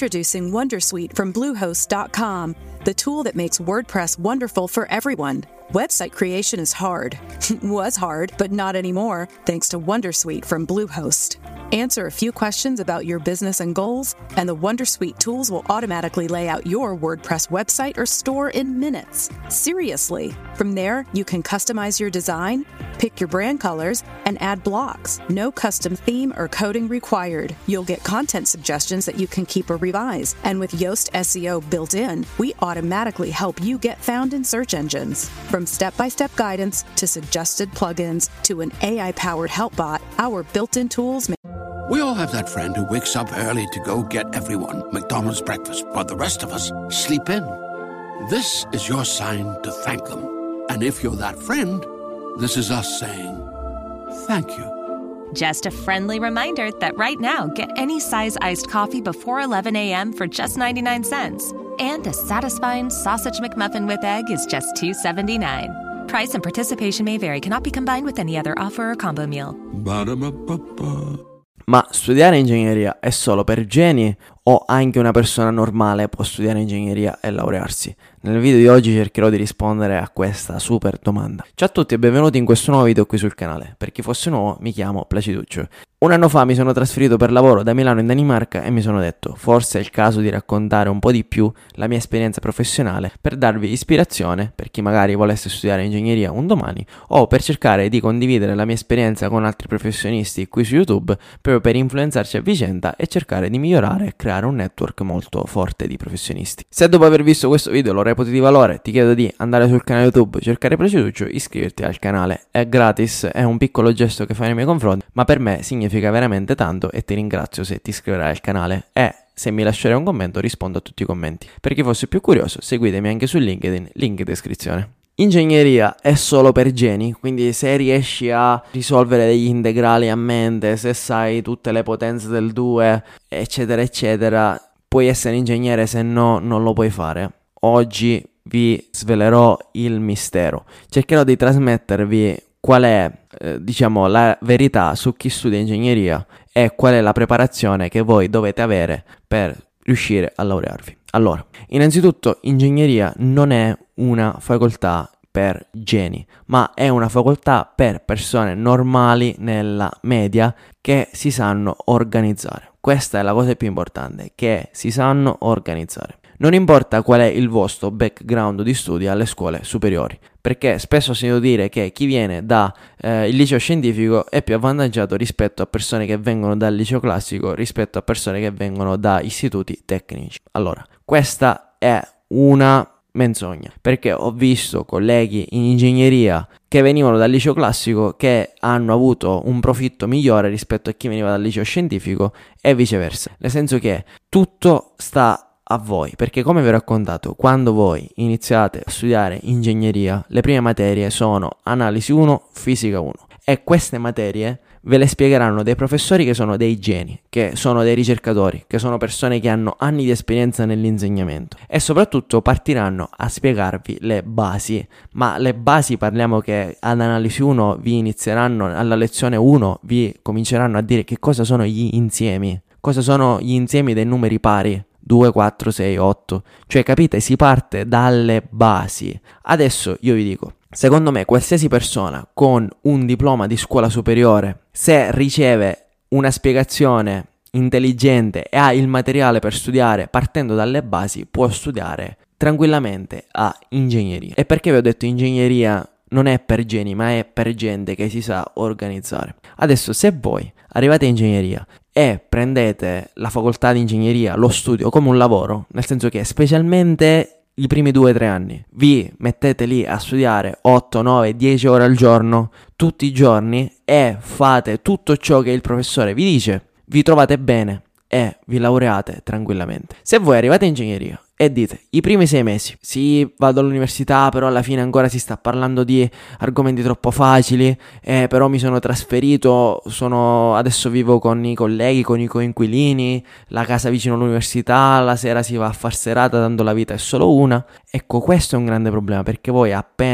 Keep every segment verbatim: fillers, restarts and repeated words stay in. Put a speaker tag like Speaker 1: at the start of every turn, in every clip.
Speaker 1: Introducing Wondersuite from Bluehost dot com, the tool that makes WordPress wonderful for everyone. Website creation is hard. Was hard, but not anymore, thanks to Wondersuite from Bluehost. Answer a few questions about your business and goals, and the Wondersuite tools will automatically lay out your WordPress website or store in minutes. Seriously. From there, you can customize your design, pick your brand colors, and add blocks. No custom theme or coding required. You'll get content suggestions that you can keep or revise. And with Yoast S E O built in, we automatically help you get found in search engines. From step-by-step guidance to suggested plugins to an A I-powered help bot, our built-in tools make...
Speaker 2: We all have that friend who wakes up early to go get everyone McDonald's breakfast, while the rest of us sleep in. This is your sign to thank them. And if you're that friend, this is us saying thank you.
Speaker 3: Just a friendly reminder that right now, get any size iced coffee before eleven a.m. for just ninety-nine cents. And a satisfying sausage McMuffin with egg is just two seventy-nine. Price and participation may vary. Cannot be combined with any other offer or combo meal.
Speaker 2: Ba-da-ba-ba-ba.
Speaker 4: Ma studiare ingegneria è solo per geni o anche una persona normale può studiare ingegneria e laurearsi? Nel video di oggi cercherò di rispondere a questa super domanda. Ciao a tutti e benvenuti in questo nuovo video qui sul canale. Per chi fosse nuovo, mi chiamo Placiduccio. Un anno fa mi sono trasferito per lavoro da Milano in Danimarca e mi sono detto forse è il caso di raccontare un po' di più la mia esperienza professionale per darvi ispirazione per chi magari volesse studiare ingegneria un domani o per cercare di condividere la mia esperienza con altri professionisti qui su YouTube proprio per influenzarci a vicenda e cercare di migliorare e creare un network molto forte di professionisti. Se dopo aver visto questo video lo reputi di valore, ti chiedo di andare sul canale YouTube, cercare Placiduccio, iscriverti al canale. È gratis, è un piccolo gesto che fai nei miei confronti, ma per me significa veramente tanto e ti ringrazio se ti iscriverai al canale e se mi lascerai un commento rispondo a tutti i commenti. Per chi fosse più curioso, seguitemi anche su LinkedIn, link in descrizione. Ingegneria è solo per geni, quindi se riesci a risolvere degli integrali a mente, se sai tutte le potenze del due, eccetera eccetera, puoi essere ingegnere, se no non lo puoi fare. Oggi vi svelerò il mistero, cercherò di trasmettervi qual è, eh, diciamo, la verità su chi studia ingegneria e qual è la preparazione che voi dovete avere per riuscire a laurearvi. Allora, innanzitutto, ingegneria non è una facoltà per geni, ma è una facoltà per persone normali nella media che si sanno organizzare. Questa è la cosa più importante, che si sanno organizzare. Non importa qual è il vostro background di studi alle scuole superiori, perché spesso ho sentito dire che chi viene dal eh, liceo scientifico è più avvantaggiato rispetto a persone che vengono dal liceo classico, rispetto a persone che vengono da istituti tecnici. Allora, questa è una menzogna, perché ho visto colleghi in ingegneria che venivano dal liceo classico che hanno avuto un profitto migliore rispetto a chi veniva dal liceo scientifico e viceversa, nel senso che tutto sta a voi, perché come vi ho raccontato, quando voi iniziate a studiare ingegneria, le prime materie sono analisi uno, fisica uno e queste materie ve le spiegheranno dei professori che sono dei geni, che sono dei ricercatori, che sono persone che hanno anni di esperienza nell'insegnamento e soprattutto partiranno a spiegarvi le basi, ma le basi parliamo che ad analisi uno vi inizieranno, alla lezione uno vi cominceranno a dire che cosa sono gli insiemi, cosa sono gli insiemi dei numeri pari, due, quattro, sei, otto, cioè capite, si parte dalle basi. Adesso io vi dico, secondo me qualsiasi persona con un diploma di scuola superiore, se riceve una spiegazione intelligente e ha il materiale per studiare partendo dalle basi, può studiare tranquillamente a ingegneria. E perché vi ho detto ingegneria non è per geni, ma è per gente che si sa organizzare. Adesso, se voi arrivate in ingegneria e prendete la facoltà di ingegneria, lo studio come un lavoro, nel senso che specialmente i primi due o tre anni vi mettete lì a studiare otto, nove, dieci ore al giorno, tutti i giorni, e fate tutto ciò che il professore vi dice, vi trovate bene e vi laureate tranquillamente. Se voi arrivate in ingegneria e dite i primi sei mesi sì, vado all'università, però alla fine ancora si sta parlando di argomenti troppo facili, eh, però mi sono trasferito, sono adesso vivo con i colleghi, con i coinquilini, la casa vicino all'università, la sera si va a far serata tanto la vita è solo una. Ecco, questo è un grande problema, perché voi appena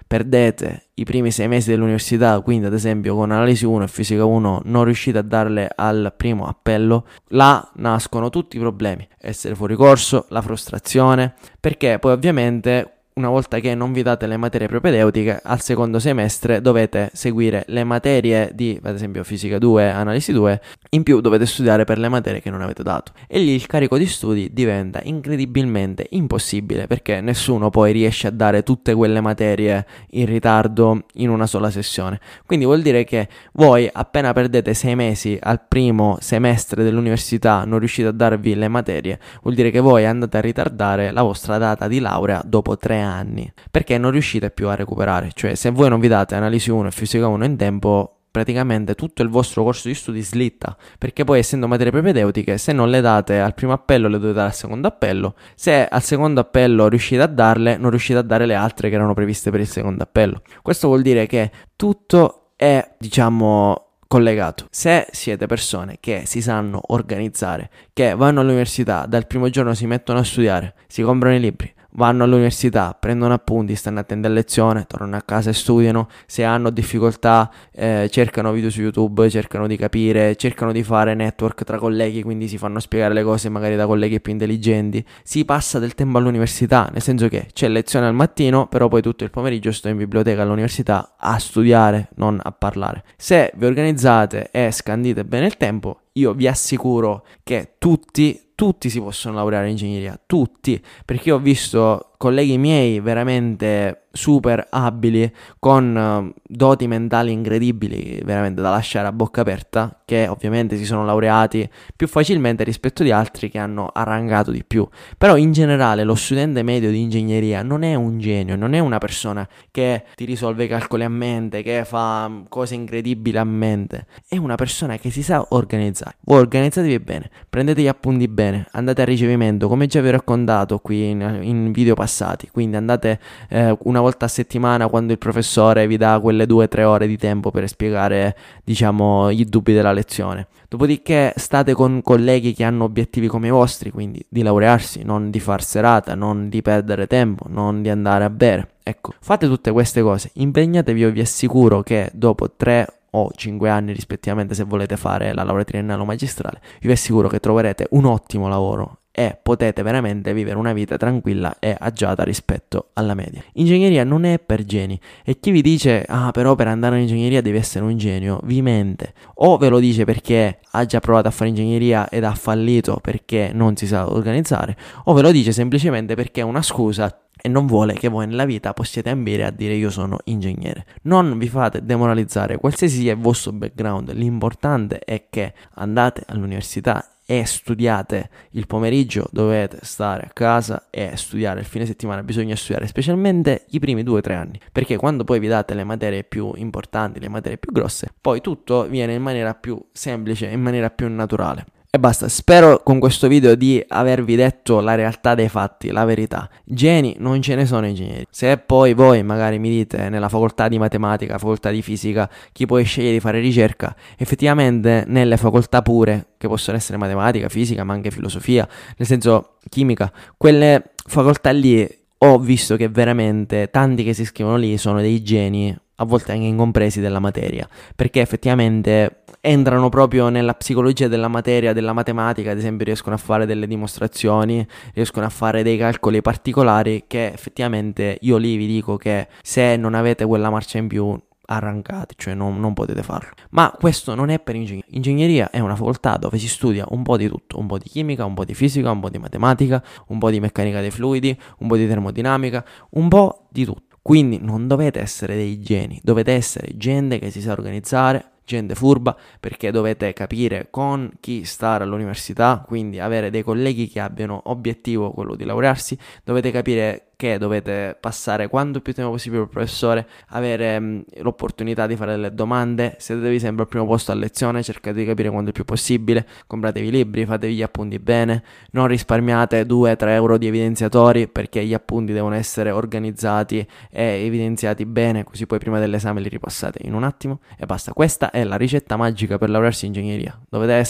Speaker 4: perdete i primi sei mesi dell'università, quindi ad esempio con analisi uno e fisica uno non riuscite a darle al primo appello, là nascono tutti i problemi, essere fuori corso, la frustrazione, perché poi ovviamente una volta che non vi date le materie propedeutiche, al secondo semestre dovete seguire le materie di, ad esempio, fisica due, analisi due, in più dovete studiare per le materie che non avete dato. E lì il carico di studi diventa incredibilmente impossibile, perché nessuno poi riesce a dare tutte quelle materie in ritardo in una sola sessione. Quindi vuol dire che voi, appena perdete sei mesi al primo semestre dell'università, non riuscite a darvi le materie, vuol dire che voi andate a ritardare la vostra data di laurea dopo tre anni, perché non riuscite più a recuperare. Cioè, se voi non vi date analisi uno e fisica uno in tempo, praticamente tutto il vostro corso di studi slitta, perché poi, essendo materie propedeutiche, se non le date al primo appello le dovete dare al secondo appello, se al secondo appello riuscite a darle, non riuscite a dare le altre che erano previste per il secondo appello. Questo vuol dire che tutto è, diciamo, collegato. Se siete persone che si sanno organizzare, che vanno all'università, dal primo giorno si mettono a studiare, si comprano i libri, vanno all'università, prendono appunti, stanno attenti a lezione, tornano a casa e studiano, se hanno difficoltà eh, cercano video su YouTube, cercano di capire, cercano di fare network tra colleghi, quindi si fanno spiegare le cose magari da colleghi più intelligenti, si passa del tempo all'università, nel senso che c'è lezione al mattino, però poi tutto il pomeriggio sto in biblioteca all'università a studiare, non a parlare. Se vi organizzate e scandite bene il tempo, io vi assicuro che tutti tutti si possono laureare in ingegneria, tutti, perché ho visto colleghi miei veramente super abili, con uh, doti mentali incredibili, veramente da lasciare a bocca aperta, che ovviamente si sono laureati più facilmente rispetto di altri che hanno arrancato di più. Però in generale lo studente medio di ingegneria non è un genio, non è una persona che ti risolve i calcoli a mente, che fa cose incredibili a mente, è una persona che si sa organizzare. Voi organizzatevi bene, prendete gli appunti bene, andate a ricevimento, come già vi ho raccontato qui in, in video passati, quindi andate eh, una volta a settimana, quando il professore vi dà quelle due o tre ore di tempo per spiegare, diciamo, i dubbi della lezione. Dopodiché state con colleghi che hanno obiettivi come i vostri, quindi di laurearsi, non di far serata, non di perdere tempo, non di andare a bere. Ecco, fate tutte queste cose, impegnatevi, io vi assicuro che dopo tre o cinque anni rispettivamente, se volete fare la laurea triennale o magistrale, vi assicuro che troverete un ottimo lavoro e potete veramente vivere una vita tranquilla e agiata rispetto alla media. Ingegneria non è per geni, e chi vi dice ah però per andare in ingegneria devi essere un genio, vi mente. O ve lo dice perché ha già provato a fare ingegneria ed ha fallito perché non si sa organizzare, o ve lo dice semplicemente perché è una scusa e non vuole che voi nella vita possiate ambire a dire io sono ingegnere. Non vi fate demoralizzare, qualsiasi sia il vostro background, l'importante è che andate all'università e studiate. Il pomeriggio dovete stare a casa e studiare, il fine settimana bisogna studiare, specialmente i primi due o tre anni, perché quando poi vi date le materie più importanti, le materie più grosse, poi tutto viene in maniera più semplice, in maniera più naturale. E basta, spero con questo video di avervi detto la realtà dei fatti, la verità. Geni non ce ne sono ingegneri. Se poi voi magari mi dite nella facoltà di matematica, facoltà di fisica, chi poi sceglie di fare ricerca, effettivamente nelle facoltà pure, che possono essere matematica, fisica, ma anche filosofia, nel senso chimica, quelle facoltà lì ho visto che veramente tanti che si iscrivono lì sono dei geni, a volte anche incompresi della materia, perché effettivamente entrano proprio nella psicologia della materia, della matematica, ad esempio riescono a fare delle dimostrazioni, riescono a fare dei calcoli particolari che effettivamente io lì vi dico che se non avete quella marcia in più arrancate, cioè non, non potete farlo. Ma questo non è per ingegneria. Ingegneria è una facoltà dove si studia un po' di tutto, un po' di chimica, un po' di fisica, un po' di matematica, un po' di meccanica dei fluidi, un po' di termodinamica, un po' di tutto. Quindi non dovete essere dei geni, dovete essere gente che si sa organizzare, gente furba, perché dovete capire con chi stare all'università, quindi avere dei colleghi che abbiano obiettivo quello di laurearsi, dovete capire che dovete passare quanto più tempo possibile col professore, avere mh, l'opportunità di fare delle domande, sedetevi sempre al primo posto a lezione, cercate di capire quanto più possibile, compratevi i libri, fatevi gli appunti bene, non risparmiate due tre euro di evidenziatori, perché gli appunti devono essere organizzati e evidenziati bene, così poi prima dell'esame li ripassate in un attimo e basta. Questa è la ricetta magica per laurearsi in ingegneria, dovete essere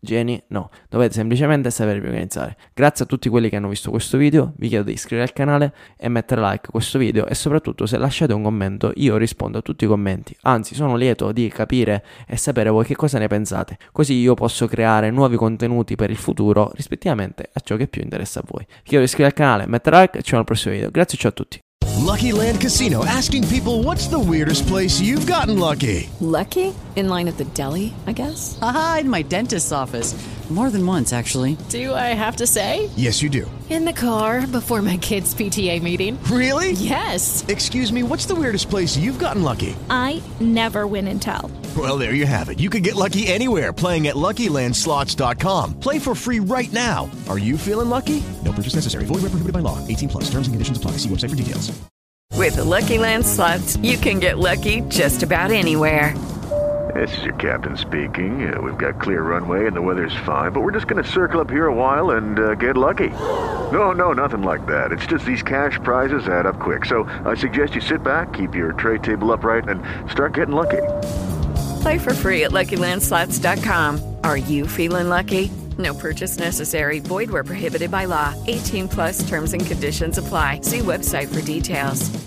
Speaker 4: geni no, dovete semplicemente sapervi organizzare. Grazie a tutti quelli che hanno visto questo video, vi chiedo di iscrivervi al canale e mettere like a questo video, e soprattutto se lasciate un commento io rispondo a tutti i commenti, anzi sono lieto di capire e sapere voi che cosa ne pensate, così io posso creare nuovi contenuti per il futuro rispettivamente a ciò che più interessa a voi. Vi chiedo di iscrivervi al canale, mettere like e ci vediamo al prossimo video. Grazie, ciao a tutti.
Speaker 5: Lucky Land Casino, asking people, what's the weirdest place you've gotten lucky?
Speaker 6: Lucky? In line at the deli, I guess?
Speaker 7: Aha, in my dentist's office. More than once, actually.
Speaker 6: Do I have to say?
Speaker 5: Yes, you do.
Speaker 6: In the car before my kids' P T A meeting.
Speaker 5: Really?
Speaker 6: Yes.
Speaker 5: Excuse me, what's the weirdest place you've gotten lucky?
Speaker 8: I never win and tell.
Speaker 5: Well, there you have it. You can get lucky anywhere, playing at Lucky Land Slots dot com. Play for free right now. Are you feeling lucky? No purchase necessary. Void where prohibited by law. eighteen plus. Terms and conditions apply. See website for details.
Speaker 9: With the Lucky Land Slots, you can get lucky just about anywhere.
Speaker 10: This is your captain speaking. Uh, we've got clear runway and the weather's fine, but we're just going to circle up here a while and uh, get lucky. No, no, nothing like that. It's just these cash prizes add up quick. So I suggest you sit back, keep your tray table upright, and start getting lucky.
Speaker 9: Play for free at Lucky Land Slots dot com. Are you feeling lucky? No purchase necessary. Void where prohibited by law. eighteen plus terms and conditions apply. See website for details.